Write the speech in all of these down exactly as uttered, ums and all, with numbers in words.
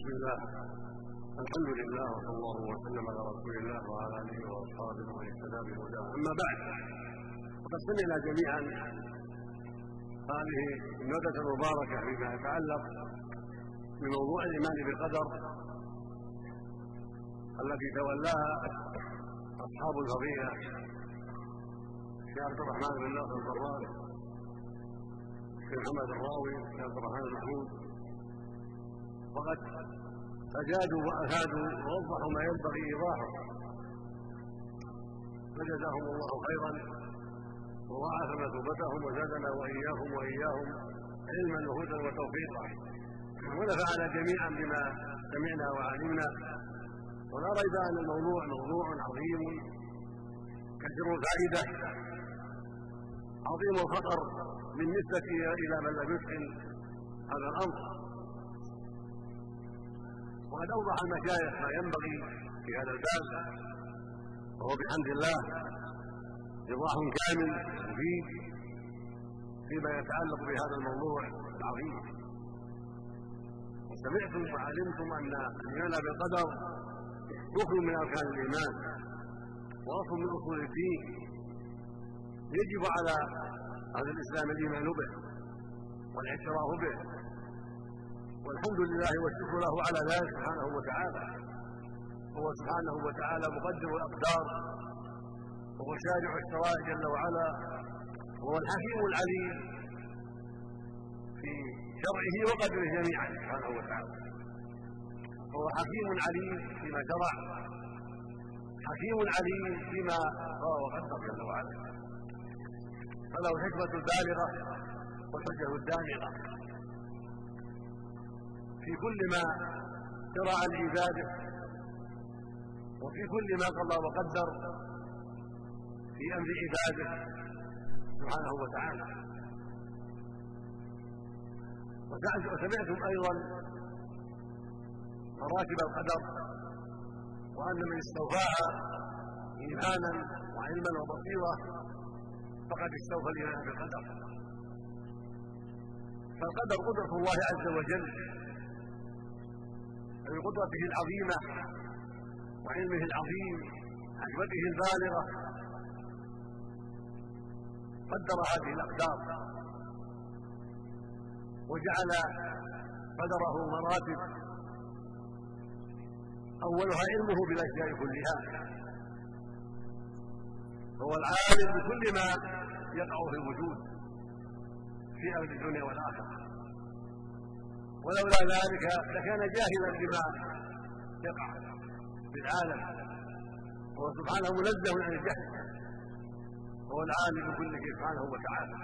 بسم الله، الحمد لله، وصلى الله وسلم على رسول الله وعلى اله واصحابه ومن اهتدى بهداه. اما بعد، فقد سمعنا جميعا هذه الندوة المباركة فيما يتعلق بموضوع الايمان بالقدر التي تولاها اصحاب الفضيلة الشيخ عبد الرحمن بن ناصر الضرار، الشيخ محمد الراوي، الشيخ عبد الرحمن المحمود، وقد أجادوا وأفادوا ووضحوا ما ينبغي إيضاحه، فجزاهم الله خيرا وضاعف مثوبتهم وزادنا وإياهم وإياهم علما وهدى وتوفيقا، ونفعنا جميعا بما سمعنا وعلمنا. ولا ريب أن الموضوع موضوع عظيم كثير الفائدة عظيم الخطر بالنسبة إلى من لم يتقن هذا الأمر. وقد أوضح المشايخ ما ينبغي في هذا الباب، وهو بحمد الله إيضاح كامل مفيد فيما يتعلق بهذا الموضوع العظيم. وسمعتم وعلمتم أن الإيمان بالقدر ركن من أركان الإيمان وأصل من أصول الدين، يجب على أهل الإسلام الإيمان به والاعتراف به، والحمد لله والشكر له على ذلك سبحانه وتعالى. هو سبحانه وتعالى مقدر الأقدار، وهو شارع الشرائع جل وعلا، وهو الحكيم العليم في شرعه وقدره جميعا سبحانه وتعالى. هو حكيم عليم فيما شرع، حكيم عليم فيما قضى وقدر جل وعلا، فله الحكمة البالغة والحجة الدامغة في كل ما شرع لعباده، وفي كل ما قضى وقدر في امر عباده سبحانه وتعالى. وسمعتم ايضا مراتب القدر، وان من استوفاها ايمانا وعلما وبصيره فقد استوفى الايمان بالقدر. فالقدر قدرة الله عز وجل بقدرته العظيمة وعلمه العظيم حكمته البالغة قدر هذه الأقدار وجعل قدره مراتب، أولها علمه بالأشياء كلها، هو العالم بكل ما يقع في الوجود في أرض الدنيا والآخرة، ولولا ذلك لكان جاهلا بما يقع في العالم. هو سبحانه منزه عن الجهل، هو العالم بكل شيء سبحانه وتعالى.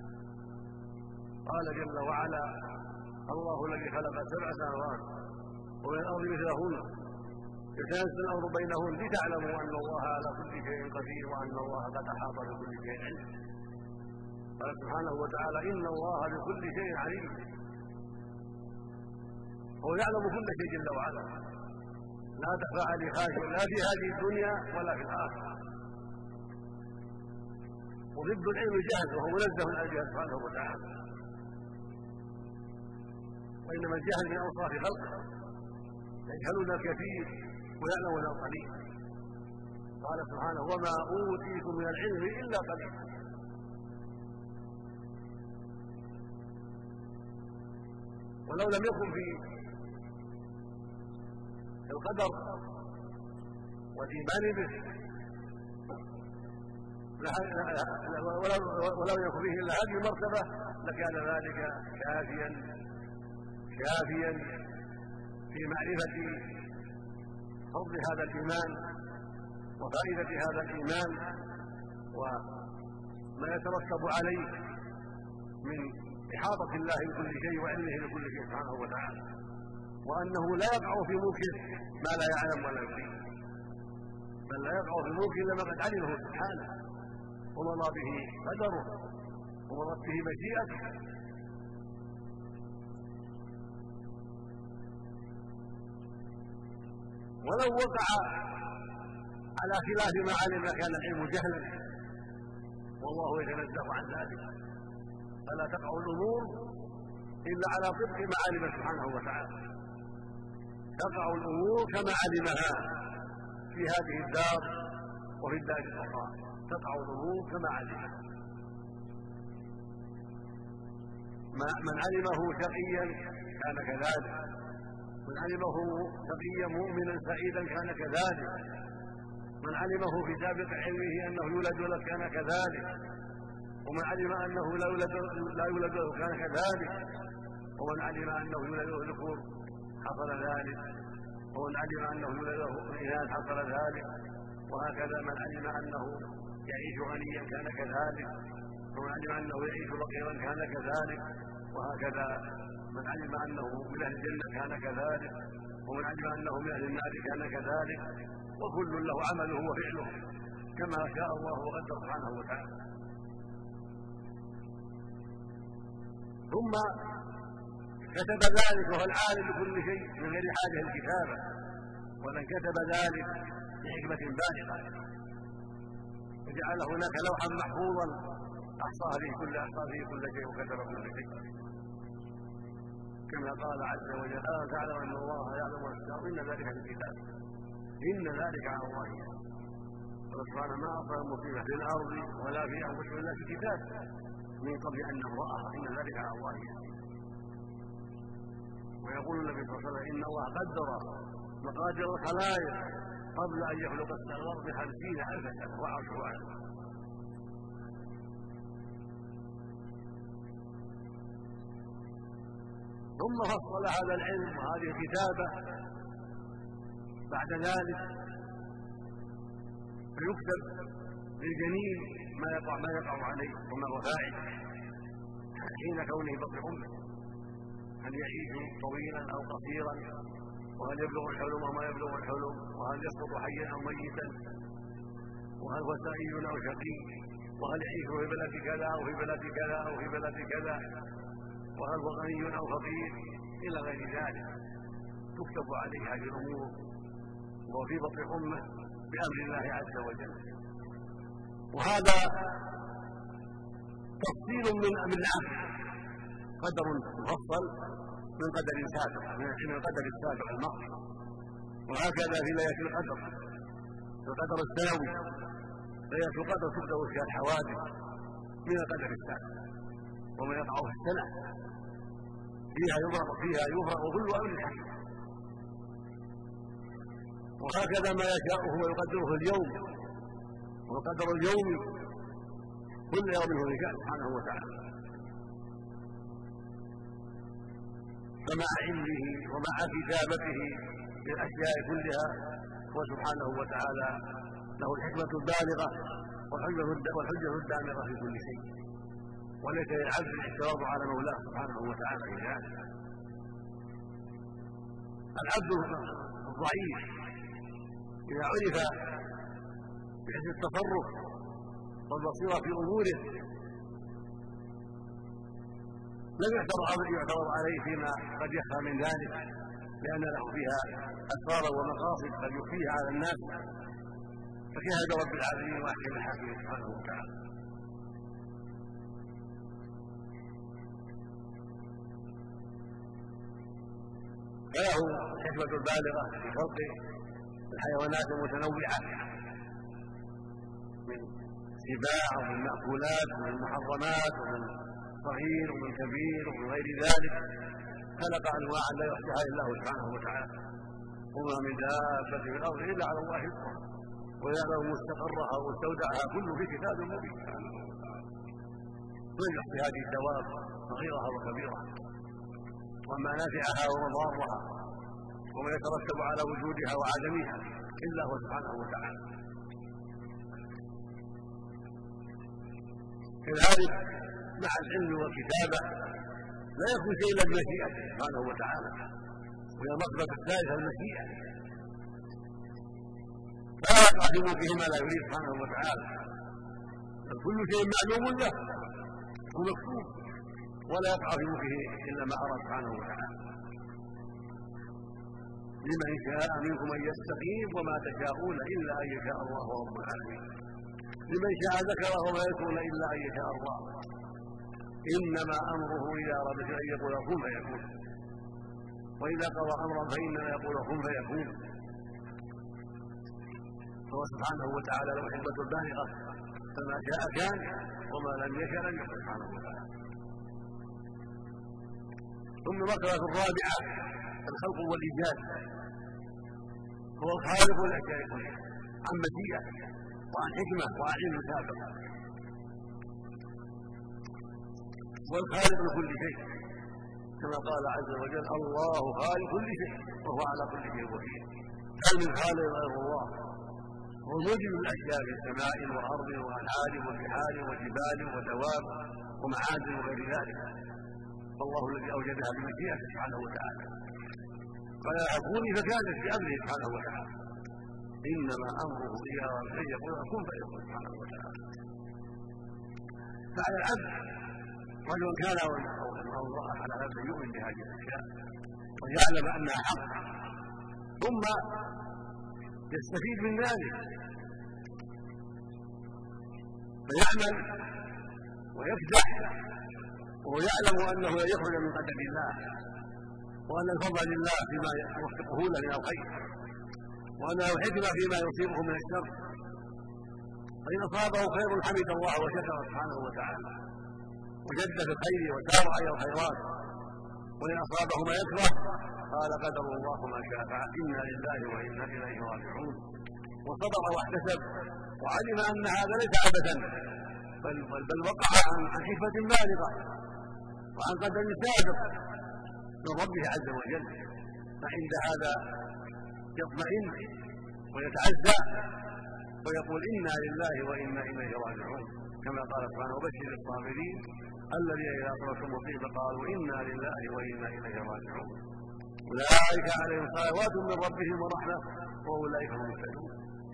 قال جل وعلا: الله الذي خلق سبع سماوات ومن الارض مثلهن يتنزل الامر بينهن لتعلموا ان الله على كل شيء قدير وان الله قد احاط بكل شيء علما. قال سبحانه وتعالى: ان الله بكل شيء عليم. هو يعلم كل شيء جل وعلا، لا تخفى عليه خافية لا في هذه الدنيا ولا في الآخرة. وضد العلم الجهل، وهو منزه عن الجهل سبحانه وتعالى، وإنما الجهل من أوصاف خلقه، يجهلون الكثير ويعلمون القليل. قال سبحانه: وما أوتيتم من العلم إلا قليلا. ولو لم يكن في القدر والإيمان به ولو يكن فيه إلا هذه المرتبة لكان ذلك كافيا كافيا في معرفة فضل هذا الإيمان وفائدة هذا الإيمان وما يترتب عليه من إحاطة الله بكل شيء وعلمه بكل شيء سبحانه وتعالى، وأنه لا يقع في ملكه ما لا يعلم ولا يدري، بل لا يقع في ملكه إلا ما قد علمه سبحانه ومضى به قدره ومضت به مشيئته. ولو وقع على خلاف ما علم كان العلم جهلا، والله يتنزه عن ذلك، فلا تقع الأمور إلا على طبق ما علم سبحانه وتعالى. تقع الأمور كما علمها في هذه الدار وفي الدار الأخرى، تقع الأمور كما علمها. من علمه شقيا كان كذلك، من علمه شقيا مؤمنا سعيدا كان كذلك، من علمه في سابق علمه أنه يولد ولد كان كذلك، ومن علم أنه لا يولد لا يولد له كان كذلك، ومن علم أنه يولد له ذكور حصل ذلك، ومن علم أنه يولد له إناث حصل ذلك، وهكذا من علم أنه يعيش غنيا كان كذلك، ومن علم أنه يعيش فقيرا كان كذلك، وهكذا من علم أنه من أهل الجنة كان كذلك، ومن علم أنه من أهل النار كان كذلك، وكل له عمله وفعله كما شاء الله وقدر سبحانه وتعالى. ثم كتب ذلك وهو العالم بكل شيء من غير حاجة الكتابة، ولن كتب ذلك بحكمة بالغة، وجعل هناك لوحا محفوظا أحصى فيه كل أحصى فيه كل شيء وكتب كل شيء، كما قال عز وجل: ألا تعلم أن الله يعلم الأسرار إن ذلك في الكتاب إن ذلك على الله يعلم. قال سبحانه: ما أصاب مصيبة في الأرض ولا في أنفسهم إلا في كتاب من قبل أن نبرأها إن ذلك على الله يعلم. ويقول النبي صلى الله عليه وسلم: إن الله قدر مقادير الخلائق قبل أن يخلق السماوات بخمسين ألف سنة وعرشه على الماء. ثم فصل هذا العلم وهذه الكتابة بعد ذلك فيكتب للجنين ما يقع ما يقع عليه وما هو فاعل حين كونه بطن امه، هل يعيش طويلا او قصيرا، وهل يبلغ الحلم او ما يبلغ الحلم، وهل يسقط حيا او ميتا، وهل هو سعيد او شقي، وهل يعيش في بلد كذا او في بلد كذا او في بلد كذا، وهل هو غني او فقير الى غير ذلك. تكتب عليه هذه الامور وهو في بطن امه بامر الله عز وجل. وهذا تفصيل من امر العبد، قدر مفصل من قدر سابق من القدر السابق الماضي. وهكذا في ليله القدر، في القدر السنوي ليله القدر تبدا فيها الحوادث من القدر السابق وما يقع في السنه، فيها يفرق فيها يفرق كل امر حكيم. وهكذا ما يشاءه ويقدره اليوم، والقدر اليومي كل يوم هو يشاء سبحانه وتعالى. فمع علمه ومع كتابته للاشياء كلها هو سبحانه وتعالى له الحكمه البالغه والحجه الدامغه في كل شيء، وليس للعبد الاعتراض على مولاه سبحانه وتعالى في ذلك. العبد الضعيف إذا عرف بحسن التصرف والبصيرة في أموره لم يعترض عليه فيما قد يخفى من ذلك، لأن له فيها أسرارا ومقاصد قد يخفيها على الناس، فكيف برب العالمين وأحكم الحاكمين سبحانه وتعالى. فله الحكمة البالغة في خلق الحيوانات المتنوعة من سباع ومن مأكولات ومن محرمات ومن صغير ومن كبير ومن غير ذلك، خلق أنواعا لا يحصيها إلا الله سبحانه وتعالى. وما من دابة في الأرض إلا على الله رزقها ويعلم مستقرها ومستودعها كله في كتاب مبين سبحانه وتعالى. من يحصي هذه الدواب صغيرها وكبيرها وما نافعها ومضارها وما يترتب على وجودها وعدمها إلا هو سبحانه وتعالى. كذلك مع العلم والكتابة لا يكون شيء إلا بمشيئته سبحانه وتعالى، وهي المرتبة الثالثة المشيئة، فلا يقع في ملكه ما لا يريد سبحانه وتعالى، بل كل شيء معلوم له ومكتوب، ولا يقع في ملكه إلا ما أراد سبحانه وتعالى. لمن شاء منكم أن يستقيم وما تشاءون إلا أن يشاء الله رب العالمين. لمن شاء ذكره وما يكون إلا أن يشاء الله. إنما أمره إذا أراد أن يقول كن فيكون. وإذا قضى أمرا فإنما يقول كن فيكون. فهو سبحانه وتعالى له حكمة بالغة، فما شاء كان وما لم يشأ لم يكن سبحانه وتعالى. ثم المرتبة الرابعة الخلق والإيجاد، هو الخالق الأشياء كلها عن مشيئة وعن حكمة وعن علم سابق، والخالق لكل شيء كما قال عز وجل الله خالق كل شيء وهو على كل شيء وكيل. هل من خالق غير الله؟ هو موجب الاشياء في السماء والارض وانهار وبحار وجبال ودواب ومعادن وغير ذلك، فالله الذي اوجدها بمشيئته سبحانه وتعالى. قال يكوني فكانت بامره سبحانه وتعالى، انما امره اذا اراد ان يقول كن فيكون سبحانه وتعالى. فعلى العبد رجل كان او امراه على العبد ان يؤمن بهذه الاشياء ويعلم انها حق، ثم يستفيد من ذلك فيعمل ويفزع وهو يعلم انه لا يخرج من قدر الله، وان الفضل لله فيما يوفقه له من الخير، وانه الحكمه فيما يصيبه من الشر. فان اصابه خير حمد الله وشكر سبحانه وتعالى وجد في الخير وسارع الى الخيرات، وان اصابه ما يكره قال قدر الله ما شاء فعل، انا لله وانا اليه راجعون، وصبر واحتسب وعلم ان هذا ليس عبثا بل, بل, بل وقع عن حكمه بالغه وعن قدر سابق من ربه عز وجل. فعند هذا يطمئن ويتعزى ويقول انا لله وانا اليه راجعون، كما قال سبحانه وبشر الصابرين الذين اذا اصابتهم مصيبه قالوا انا لله وانا اليه راجعون اولئك عليهم صلوات من ربهم ورحمه واولئك هم المهتدون.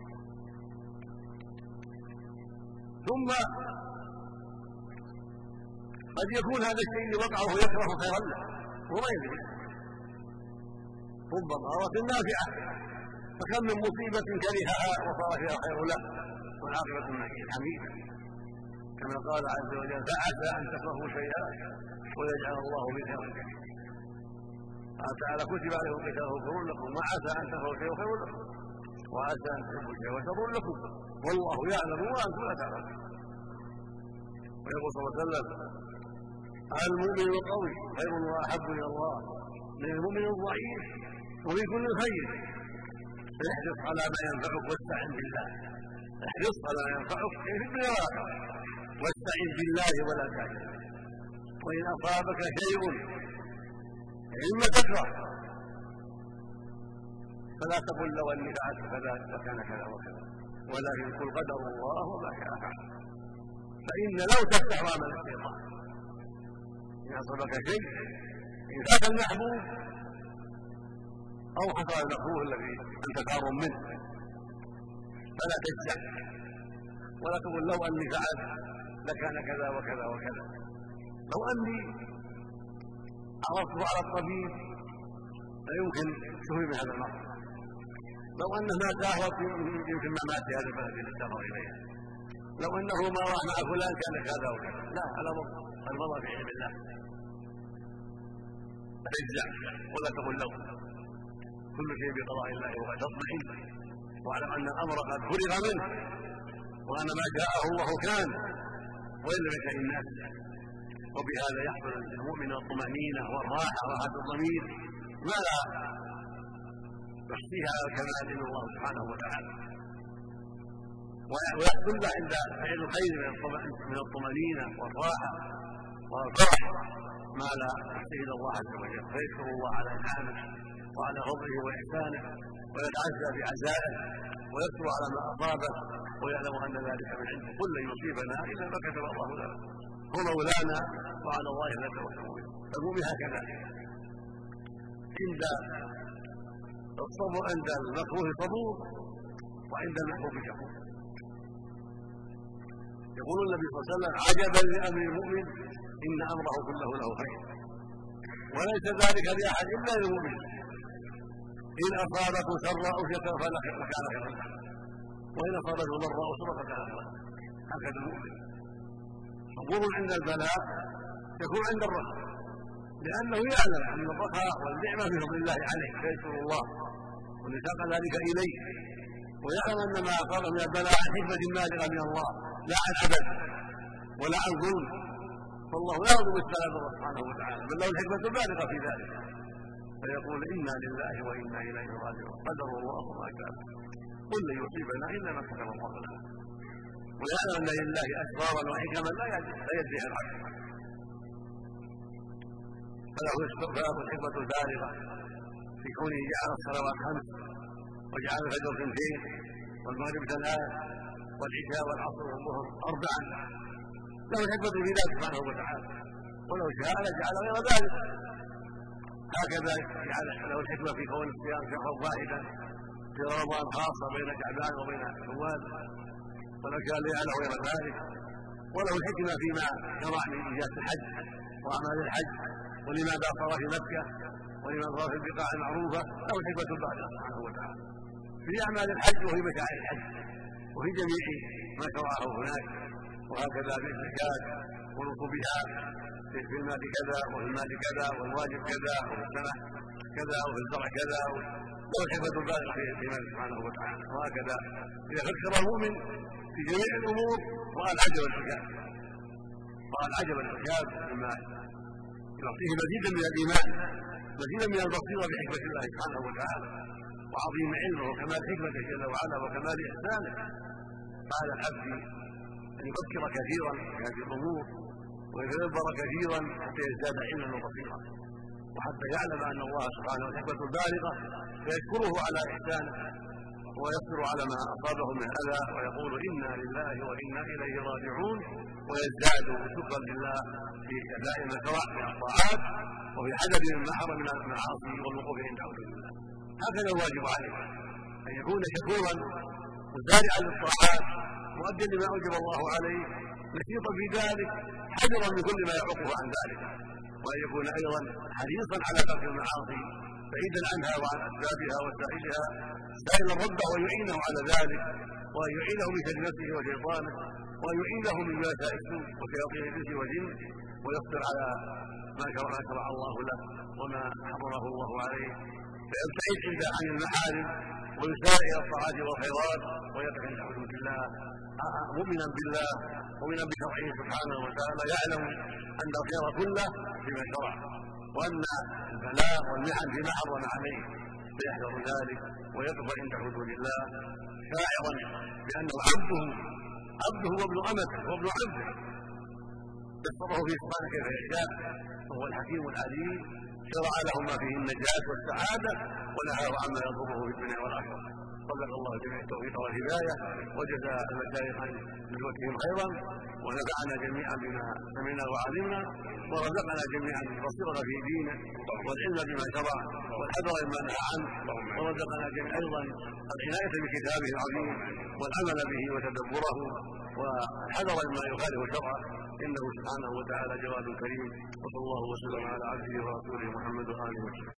ثم قد يكون هذا الشيء اللي وقعه يكره خيرا له وما يدري، رب ضاره نافعه، فكم من مصيبه كرهها وصار فيها خير له والعاقبه حميده، كما قال عز وجل فعسى ان تكرهوا شيئا ويجعل الله به خيرا كثيرا. قال تعالى كتب عليكم القتال وهو كر لكم وعسى ان تكرهوا شيئا خير لكم وعسى ان تحبوا شيئا وشر لكم والله يعلم وانتم لا تعلمون. ويقول صلى الله عليه وسلم المؤمن القوي خير واحب الى الله من المؤمن الضعيف وفي كل خير، فاحرص على ما ينفعك واستعن بالله، احرص على ما ينفعك في الدنيا والاخره واستعن بالله ولا تعجز. وان اصابك شيء مما تكره فلا تقل لو اني فعلت كذا وكان كذا وكذا، ولكن قل قدر الله وما شاء فعل، فان لو تفتح عمل الشيطان. ان اصابك شيء ان فات المحبوب او حصل المكروه الذي انت كار منه فلا تجزع ولا تقول لو اني فعلت لكان كذا وكذا وكذا، لو اني عرضت على الطبيب لا يمكن شفي من هذا المرض، لو انه ما سافر يمكن ما مات في هذا البلد الذي سافر اليه، لو انه ما راح مع فلان كان كذا وكذا. لا، على المضى في علم الله، فاجزع ولا تقل لو، كل شيء بقضاء الله وقد تطمئن واعلم ان الامر قد فرغ منه وان ما جاءه الله كان وان لم يشاء الناس. وبهذا يحصل للمؤمن الطمأنينة والراحة وراحة الضمير ما لا يحصيها على الكمال من الله سبحانه وتعالى، ويحصل له عند فعل الخير من الطمأنينة والراحة والفرح ما لا يحصيه الله عز وجل، فيشكر الله على نعمه وعلى فضله وإحسانه ويتعزى بعزائه ويشكر على ما أصابه ويعلم أن ذلك من عنده. قل لن يصيبنا إلا ما كتب الله لنا هو مولانا وعلى الله فليتوكل. فالمؤمن هكذا عند الصبر عند المكروه صبور وعند المحبوب شكور. يقول النبي صلى الله عليه وسلم عجبا لأمر المؤمن إن أمره كله له خير وليس ذلك لأحد إلا للمؤمن، إن أصابته سراء شكر فكان خيرا له وإن أصابته ضراء صبر فكان خيرا له. هكذا المؤمن صبور عند البلاء يكون عند الرحمة، لأنه يعلم أن الرخاء والنعمة من فضل الله عليه فيشكر الله ونساق ذلك إليه، ويعلم أن ما أصابه من البلاء عن حكمة بالغة من الله لا عن عبث ولا عن ظلم، فالله لا يظلم مثقال ذرة سبحانه وتعالى، بل له الحكمة البالغة في ذلك، فيقول إنا لله وإنا إليه راجعون قدر الله ما كان قل لن يصيبنا إلا ما كتب الله لنا، ويعلم أن لله أسرارا وحكما لا يدريها العبد، فله الحكمة البالغة في كونه جعل الصلوات خمس وجعل الفجر اثنتين والمغرب ثلاث والعشاء والعصر والظهر أربعا، له الحكمة في ذلك سبحانه وتعالى، ولو شاء لجعل غير ذلك، هكذا جعل له الحكمة في كون الصيام شهرا واحدا في رمضان خاصة بين شعبان وبين شوال، ولو شاء لجعل غير ذلك، وله الحكمة فيما شرع من إيجاد الحج وأعمال الحج ولماذا صار في مكة ولماذا صار في البقاع المعروفة، له الحكمة البالغة سبحانه وتعالى في أعمال الحج وفي مشاعر الحج وفي جميع ما شرعه هناك، وهكذا في الزكاة وركوبها في المال كذا وفي المال كذا والواجب كذا وفي السنة كذا وفي الزرع كذا، له الحكمة البالغة في ماله سبحانه وتعالى، وهكذا إذا فكر المؤمن في جميع الأمور رأى العجب العجاب رأى العجب العجاب مما يعطيه مزيدا من الإيمان، مزيدا من البصيرة بحكمة الله سبحانه وتعالى وعظيم علمه وكمال حكمته جل وعلا وكمال إحسانه، فعلى العبد أن يفكر كثيرا في هذه الأمور ويتدبر كثيرا حتى يزداد علما وبصيرا، وحتى يعلم أن الله سبحانه الحكمة البالغة فيشكره على إحسانه ويصبر على ما أصابه من الأذى ويقول إنا لله وإنا إليه راجعون، ويزداد شكرا لله في أداء ما شرع من الطاعات وفي عدد مما حرم من المعاصي والوقوف عند حدود الله. هكذا الواجب عليه أن يكون شكورا مسارعا للطاعات مؤديا لما أوجب الله عليه نشيطا في ذلك حذرا من كل ما يعوقه عن ذلك، وأن يكون أيضا حريصا على ترك المعاصي بعيدا عنها وعن أسبابها وسائلها سائلا ربه ويعينه على ذلك، وأن يعينه من شر نفسه وشيطانه، وأن يعينه من جلساء السوء وشياطين الإنس والجن، ويصبر على ما شرع شرع الله له وما حرمه الله عليه، فيبتعد عند عن المحارم ويسارع الى الطاعات والخيرات ويقف عند حدود الله مؤمنا بالله مؤمنا بشرعه سبحانه وتعالى، يعلم ان الخير كله فيما شرع وان البلاء والمحن فيما حرم عليه، فيحذر ذلك ويقف عند حدود الله شاعرا بانه عبده عبده وابن امته وابن عبده يصرفه فيه سبحانه كيف يشاء، وهو الحكيم العليم، شرع له ما فيه النجاة والسعادة ونهاه عما يضره في الدنيا والآخرة. صدق الله جميع التوفيق والهداية وجزى المشايخ عن نزوتهم خيرا، ونفعنا جميعا بما سمعنا وعلمنا، ورزقنا جميعا البصيرة في دينه والعلم بما شرع والحذر مما نهى عنه، ورزقنا جميعا أيضا العناية بكتابه العظيم والعمل به وتدبره والحذر مما يخالف شرعه، إنه سبحانه وتعالى جواد كريم. وصلى الله وسلم على عبده ورسوله محمد وآله وسلم.